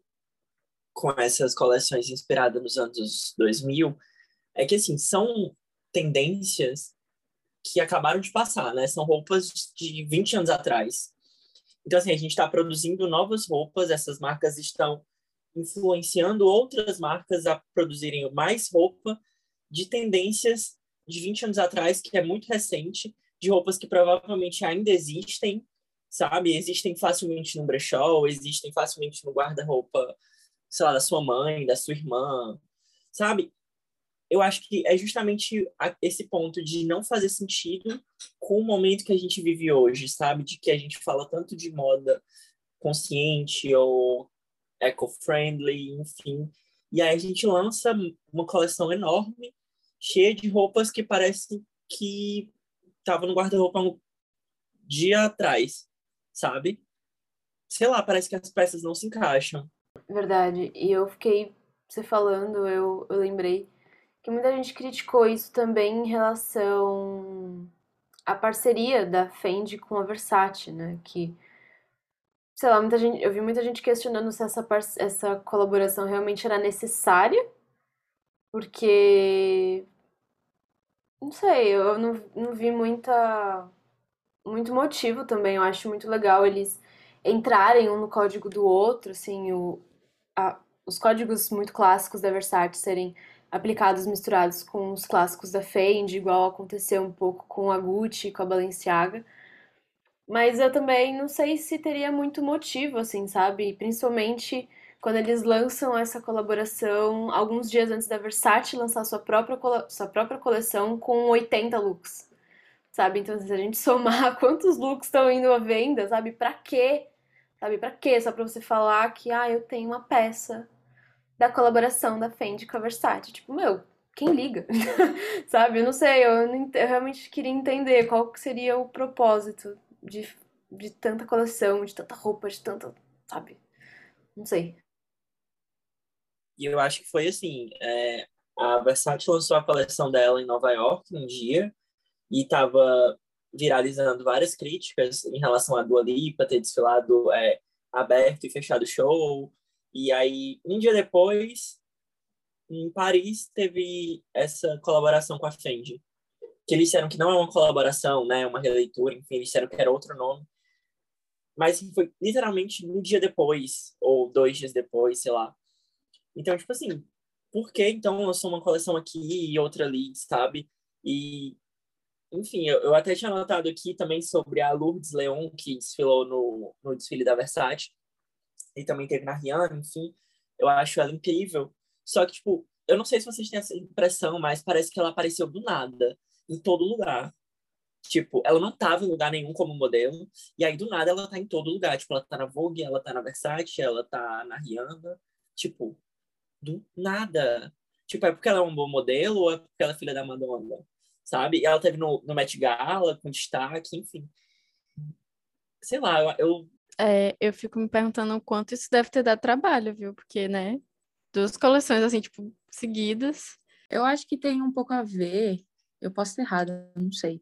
com essas coleções inspiradas nos anos 2000 é que, assim, são tendências que acabaram de passar, né? São roupas de 20 anos atrás. Então, assim, a gente está produzindo novas roupas, essas marcas estão influenciando outras marcas a produzirem mais roupa de tendências de 20 anos atrás, que é muito recente, de roupas que provavelmente ainda existem, sabe? Existem facilmente no brechó, existem facilmente no guarda-roupa, sei lá, da sua mãe, da sua irmã, sabe? Eu acho que é justamente esse ponto de não fazer sentido com o momento que a gente vive hoje, sabe? De que a gente fala tanto de moda consciente ou eco-friendly, enfim. E aí a gente lança uma coleção enorme, cheia de roupas que parece que tava no guarda-roupa um dia atrás, sabe? Sei lá, parece que as peças não se encaixam. Verdade. E eu fiquei, você falando, eu lembrei que muita gente criticou isso também em relação à parceria da Fendi com a Versace, né? Que, sei lá, eu vi muita gente questionando se essa colaboração realmente era necessária, porque, não sei, eu não vi muito motivo também. Eu acho muito legal eles entrarem um no código do outro, assim, os códigos muito clássicos da Versace serem aplicados, misturados com os clássicos da Fendi, igual aconteceu um pouco com a Gucci, com a Balenciaga. Mas eu também não sei se teria muito motivo, assim, sabe? Principalmente quando eles lançam essa colaboração alguns dias antes da Versace lançar sua própria coleção com 80 looks, sabe? Então, se a gente somar quantos looks estão indo à venda, sabe? Pra quê? Sabe? Pra quê? Só pra você falar que, eu tenho uma peça da colaboração da Fendi com a Versace. Tipo, meu, quem liga? Sabe? Eu não sei, eu realmente queria entender qual que seria o propósito de tanta coleção, de tanta roupa, de tanta, sabe? Não sei. E eu acho que foi assim, A Versace lançou a coleção dela em Nova York um dia e estava viralizando várias críticas em relação a Dua Lipa ter desfilado aberto e fechado o show. E aí, um dia depois, em Paris, teve essa colaboração com a Fendi. Que eles disseram que não é uma colaboração, né? Uma releitura, enfim, eles disseram que era outro nome. Mas foi literalmente um dia depois, ou 2 dias depois, sei lá. Então, tipo assim, por que então lançou uma coleção aqui e outra ali, sabe? E, enfim, eu até tinha anotado aqui também sobre a Lourdes Leon, que desfilou no desfile da Versace, e também teve na Rihanna, enfim. Eu acho ela incrível. Só que, tipo, eu não sei se vocês têm essa impressão, mas parece que ela apareceu do nada, em todo lugar. Tipo, ela não tava em lugar nenhum como modelo, e aí do nada ela tá em todo lugar. Tipo, ela tá na Vogue, ela tá na Versace, ela tá na Rihanna. Tipo, do nada. Tipo, é porque ela é um bom modelo ou é porque ela é filha da Madonna? Sabe? E ela teve no Met Gala, com destaque, enfim. Sei lá, Eu fico me perguntando o quanto isso deve ter dado trabalho, viu? Porque, né? 2 coleções, assim, tipo, seguidas. Eu acho que tem um pouco a ver, eu posso estar errada, não sei,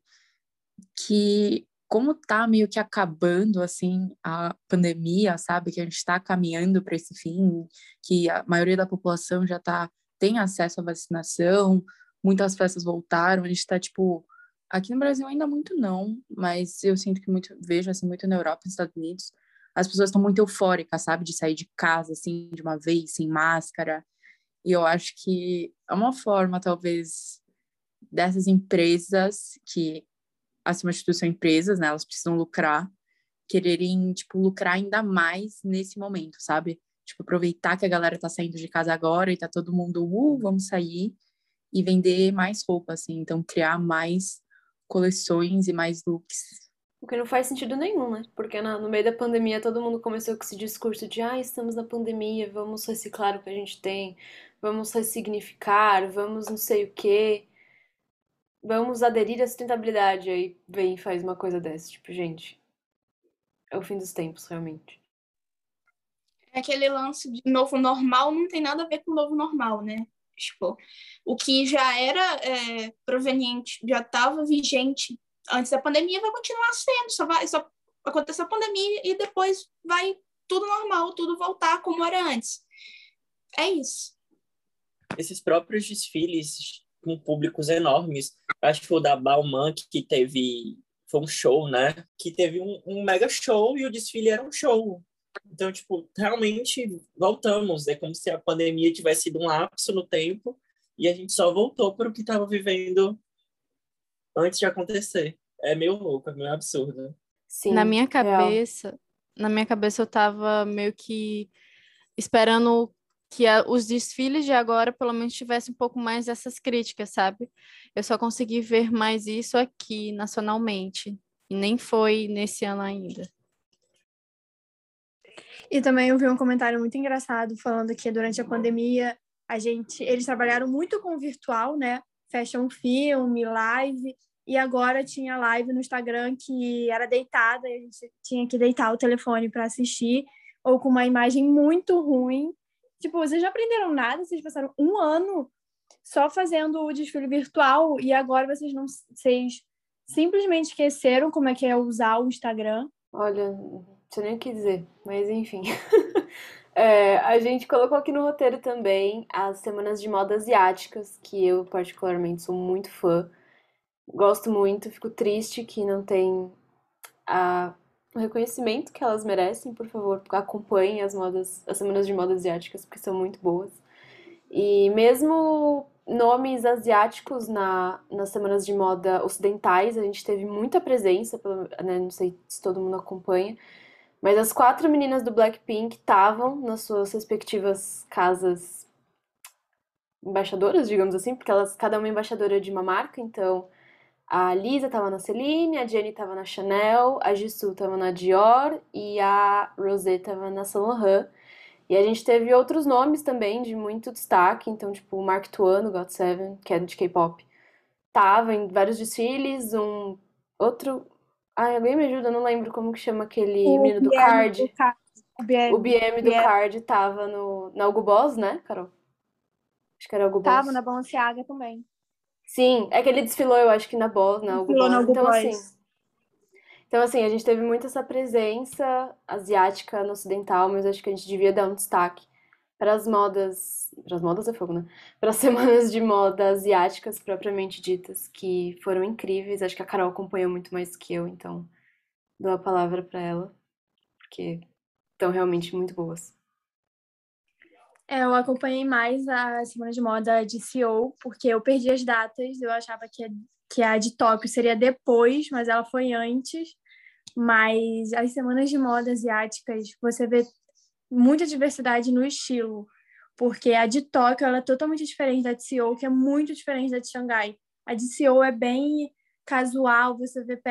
que como tá meio que acabando, assim, a pandemia, sabe? Que a gente está caminhando para esse fim, que a maioria da população tem acesso à vacinação, muitas festas voltaram, a gente está, tipo, aqui no Brasil ainda muito não, mas eu sinto que vejo, assim, muito na Europa e nos Estados Unidos, as pessoas estão muito eufóricas, sabe? De sair de casa, assim, de uma vez, sem máscara, e eu acho que é uma forma, talvez, dessas empresas que, acima de tudo, são empresas, né? Elas precisam lucrar, quererem, tipo, lucrar ainda mais nesse momento, sabe? Tipo, aproveitar que a galera tá saindo de casa agora e tá todo mundo, vamos sair e vender mais roupa, assim. Então, criar mais coleções e mais looks. O que não faz sentido nenhum, né? Porque no meio da pandemia todo mundo começou com esse discurso de estamos na pandemia, vamos reciclar o que a gente tem, vamos ressignificar, vamos não sei o quê, vamos aderir à sustentabilidade. Aí vem e faz uma coisa dessa. Tipo, gente, é o fim dos tempos, realmente. Aquele lance de novo normal não tem nada a ver com o novo normal, né? Tipo, o que já era proveniente, já estava vigente antes da pandemia, vai continuar sendo. Só acontecer a pandemia e depois vai tudo normal, tudo voltar como era antes. É isso. esses próprios desfiles com públicos enormes. Acho que foi o da Balmain que teve... Foi um show, né? Que teve um mega show e o desfile era um show. Então, tipo, realmente voltamos. É como se a pandemia tivesse sido um lapso no tempo e a gente só voltou para o que estava vivendo antes de acontecer. É meio louco, é meio absurdo. Na Sim, minha real. cabeça, na minha cabeça eu tava meio que esperando que os desfiles de agora pelo menos tivessem um pouco mais dessas críticas, sabe? Eu só consegui ver mais isso aqui nacionalmente e nem foi nesse ano ainda. E também eu vi um comentário muito engraçado falando que durante a pandemia eles trabalharam muito com o virtual, né? Fashion filme, live, e agora tinha live no Instagram que era deitada, e a gente tinha que deitar o telefone para assistir, ou com uma imagem muito ruim. Tipo, vocês já aprenderam nada? Vocês passaram um ano só fazendo o desfile virtual e agora vocês simplesmente esqueceram como é que é usar o Instagram. Olha, não sei nem o que dizer, mas enfim. A gente colocou aqui no roteiro também as semanas de moda asiáticas, que eu particularmente sou muito fã. Gosto muito, fico triste que não tem o reconhecimento que elas merecem, por favor, acompanhem as semanas de moda asiáticas, porque são muito boas. E mesmo nomes asiáticos nas semanas de moda ocidentais, a gente teve muita presença, né, não sei se todo mundo acompanha, mas as 4 meninas do Blackpink estavam nas suas respectivas casas embaixadoras, digamos assim, porque cada uma é embaixadora de uma marca, então a Lisa tava na Celine, a Jennie tava na Chanel, a Jisoo tava na Dior e a Rosé tava na Saint Laurent. E a gente teve outros nomes também de muito destaque, então, tipo, o Mark Tuan, do GOT7, que é de K-pop, tava em vários desfiles, outro... Ai, alguém me ajuda, eu não lembro como que chama aquele menino do Card. O BM do Card tava na Hugo Boss, né, Carol? Acho que era Hugo Tava Boss. na Balenciaga também. Sim, é que ele desfilou, eu acho que na Hugo Desfilou na Boss. Hugo Então, Boss. assim, a gente teve muito essa presença asiática no ocidental, mas acho que a gente devia dar um destaque para as modas é fogo, né? Para as semanas de moda asiáticas propriamente ditas, que foram incríveis. Acho que a Carol acompanhou muito mais que eu, então dou a palavra para ela, porque estão realmente muito boas. Eu acompanhei mais a Semana de Moda de Seoul, porque eu perdi as datas. Eu achava que a de Tóquio seria depois, mas ela foi antes. Mas as semanas de moda asiáticas, você vê muita diversidade no estilo, porque a de Tóquio ela é totalmente diferente da de Seoul, que é muito diferente da de Xangai. A de Seoul é bem casual, você vê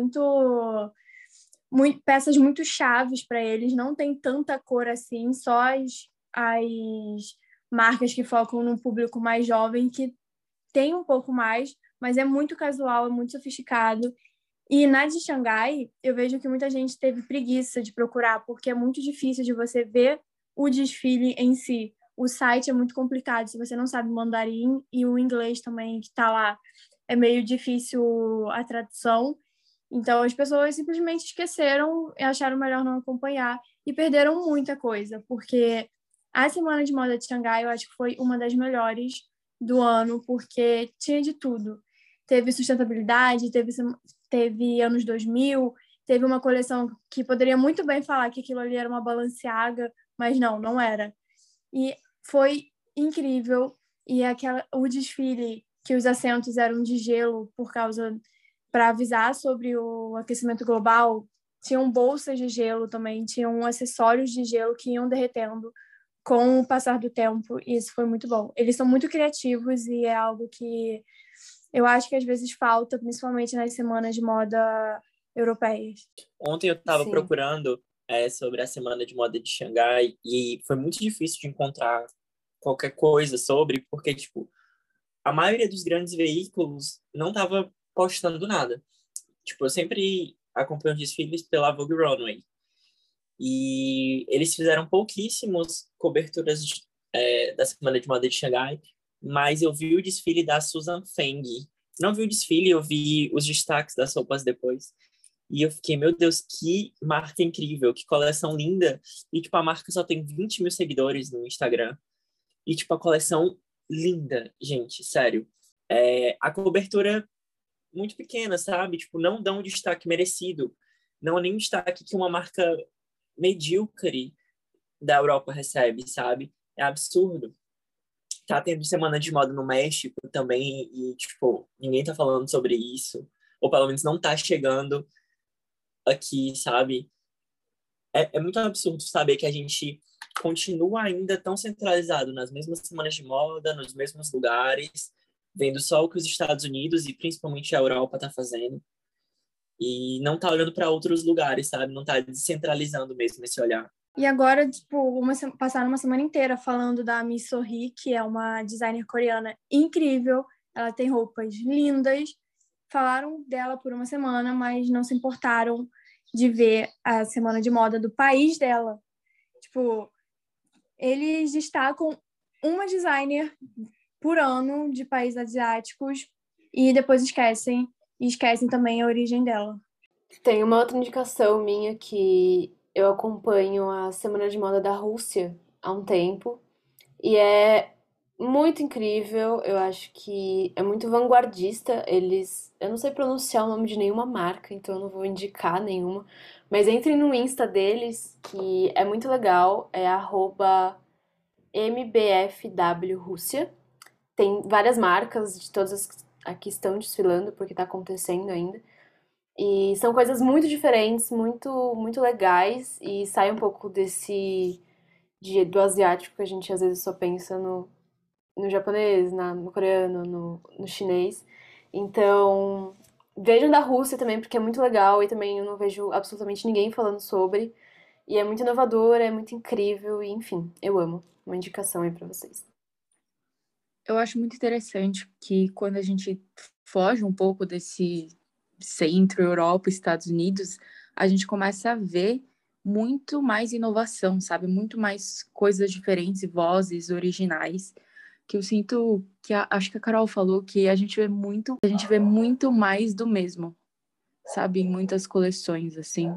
peças muito chaves para eles, não tem tanta cor assim, só as marcas que focam no público mais jovem, que tem um pouco mais, mas é muito casual, é muito sofisticado. E na de Xangai, eu vejo que muita gente teve preguiça de procurar, porque é muito difícil de você ver o desfile em si. O site é muito complicado se você não sabe mandarim, e o inglês também que está lá é meio difícil a tradução. Então as pessoas simplesmente esqueceram e acharam melhor não acompanhar e perderam muita coisa, porque a Semana de Moda de Xangai eu acho que foi uma das melhores do ano, porque tinha de tudo. Teve sustentabilidade, teve anos 2000, teve uma coleção que poderia muito bem falar que aquilo ali era uma Balenciaga, mas não era. E foi incrível. E o desfile, que os assentos eram de gelo para avisar sobre o aquecimento global, tinham bolsas de gelo também, tinham acessórios de gelo que iam derretendo com o passar do tempo, e isso foi muito bom. Eles são muito criativos e é algo que eu acho que às vezes falta, principalmente nas semanas de moda europeias. Ontem eu estava Sim. procurando sobre a Semana de Moda de Xangai e foi muito difícil de encontrar qualquer coisa sobre, porque, tipo, a maioria dos grandes veículos não estava postando nada. Tipo, eu sempre acompanho os desfiles pela Vogue Runway. E eles fizeram pouquíssimos coberturas da Semana de Moda de Xangai, mas eu vi o desfile da Susan Feng. Não vi o desfile, eu vi os destaques das roupas depois. E eu fiquei, meu Deus, que marca incrível, que coleção linda. E, tipo, a marca só tem 20 mil seguidores no Instagram. E, tipo, a coleção linda, gente, sério. A cobertura muito pequena, sabe? Tipo, não dão um destaque merecido. Não é nem um destaque que uma marca medíocre da Europa recebe, sabe? É absurdo. Tá tendo Semana de Moda no México também e, tipo, ninguém tá falando sobre isso. Ou pelo menos não tá chegando aqui, sabe? É muito absurdo saber que a gente continua ainda tão centralizado nas mesmas semanas de moda, nos mesmos lugares, vendo só o que os Estados Unidos e principalmente a Europa tá fazendo e não tá olhando para outros lugares, sabe? Não tá descentralizando mesmo esse olhar. E agora, tipo, passaram uma semana inteira falando da Miss Sohee, que é uma designer coreana incrível. Ela tem roupas lindas. Falaram dela por uma semana, mas não se importaram de ver a semana de moda do país dela. Tipo, eles destacam uma designer por ano de países asiáticos e depois esquecem. E esquecem também a origem dela. Tem uma outra indicação minha que eu acompanho a Semana de Moda da Rússia há um tempo. E é muito incrível, eu acho que é muito vanguardista. Eu não sei pronunciar o nome de nenhuma marca, então eu não vou indicar nenhuma. Mas entrem no Insta deles, que é muito legal, é @mbfwrússia. Tem várias marcas de todas as que estão desfilando, porque tá acontecendo ainda. E são coisas muito diferentes, muito, muito legais, e sai um pouco do asiático, que a gente às vezes só pensa no japonês, no coreano, no chinês. Então, vejam da Rússia também, porque é muito legal, e também eu não vejo absolutamente ninguém falando sobre. E é muito inovador, é muito incrível, e enfim, eu amo. Uma indicação aí pra vocês. Eu acho muito interessante que quando a gente foge um pouco desse centro, Europa, Estados Unidos, a gente começa a ver muito mais inovação, sabe? Muito mais coisas diferentes, vozes originais, que eu sinto que acho que a Carol falou que a gente vê muito mais do mesmo, sabe, em muitas coleções assim.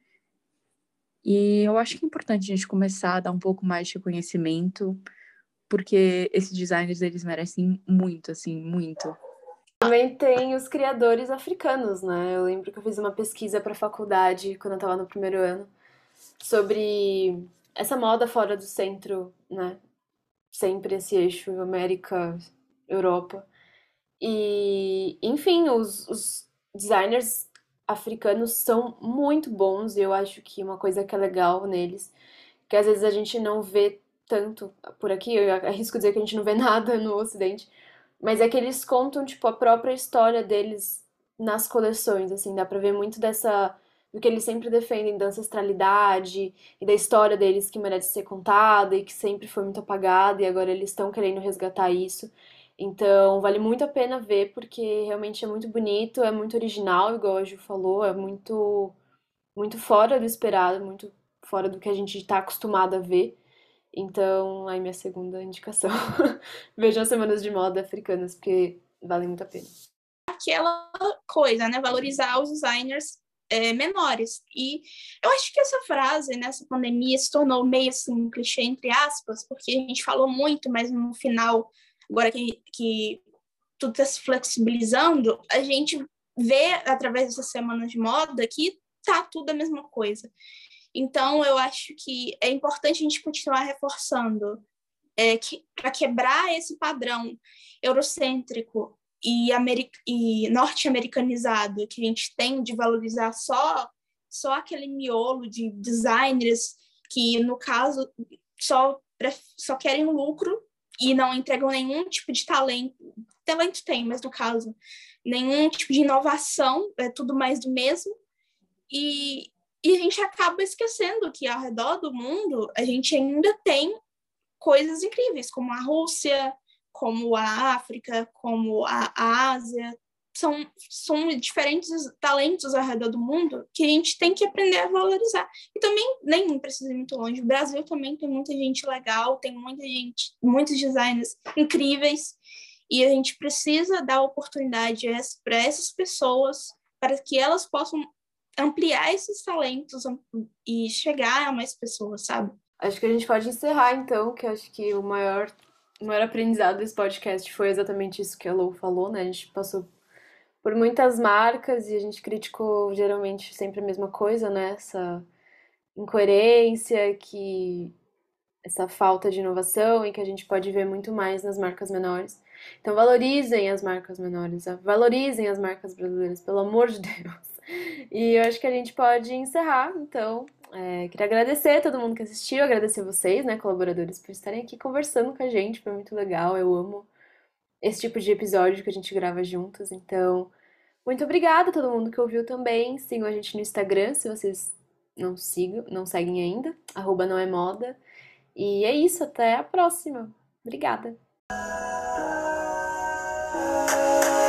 E eu acho que é importante a gente começar a dar um pouco mais de reconhecimento, porque esses designers, eles merecem muito, assim, muito. Também tem os criadores africanos, né? Eu lembro que eu fiz uma pesquisa para a faculdade, quando eu estava no primeiro ano, sobre essa moda fora do centro, né? Sempre esse eixo América, Europa. E, enfim, os designers africanos são muito bons e eu acho que uma coisa que é legal neles, que às vezes a gente não vê tanto por aqui, eu arrisco dizer que a gente não vê nada no Ocidente, mas é que eles contam, tipo, a própria história deles nas coleções, assim, dá pra ver muito do que eles sempre defendem, da ancestralidade e da história deles que merece ser contada e que sempre foi muito apagada e agora eles estão querendo resgatar isso. Então, vale muito a pena ver, porque realmente é muito bonito, é muito original, igual a Ju falou, é muito, muito fora do esperado, muito fora do que a gente está acostumado a ver. Então, aí minha segunda indicação. Vejam as semanas de moda africanas, porque valem muito a pena. Aquela coisa, né? Valorizar os designers menores. E eu acho que essa frase, nessa pandemia, se tornou meio assim, um clichê, entre aspas, porque a gente falou muito, mas no final, agora que tudo está se flexibilizando, a gente vê, através dessas semanas de moda, que tá tudo a mesma coisa. Então, eu acho que é importante a gente continuar reforçando para quebrar esse padrão eurocêntrico e norte-americanizado que a gente tem de valorizar só aquele miolo de designers que, no caso, só querem lucro e não entregam nenhum tipo de talento. Talento tem, mas no caso, nenhum tipo de inovação, é tudo mais do mesmo. E a gente acaba esquecendo que ao redor do mundo a gente ainda tem coisas incríveis, como a Rússia, como a África, como a Ásia. São diferentes talentos ao redor do mundo que a gente tem que aprender a valorizar. E também, nem precisa ir muito longe, o Brasil também tem muita gente legal, tem muitos designers incríveis, e a gente precisa dar oportunidade para essas pessoas, para que elas possam ampliar esses talentos e chegar a mais pessoas, sabe? Acho que a gente pode encerrar, então, que acho que o maior aprendizado desse podcast foi exatamente isso que a Lou falou, né? A gente passou por muitas marcas e a gente criticou geralmente sempre a mesma coisa, né? Essa incoerência, essa falta de inovação e que a gente pode ver muito mais nas marcas menores. Então valorizem as marcas menores, valorizem as marcas brasileiras, pelo amor de Deus. E eu acho que a gente pode encerrar, então. Queria agradecer a todo mundo que assistiu, agradecer vocês, né, colaboradores, por estarem aqui conversando com a gente, foi muito legal, eu amo esse tipo de episódio que a gente grava juntos, então, muito obrigada a todo mundo que ouviu também, sigam a gente no Instagram, se vocês não seguem ainda, @nãoemoda, e é isso, até a próxima, obrigada!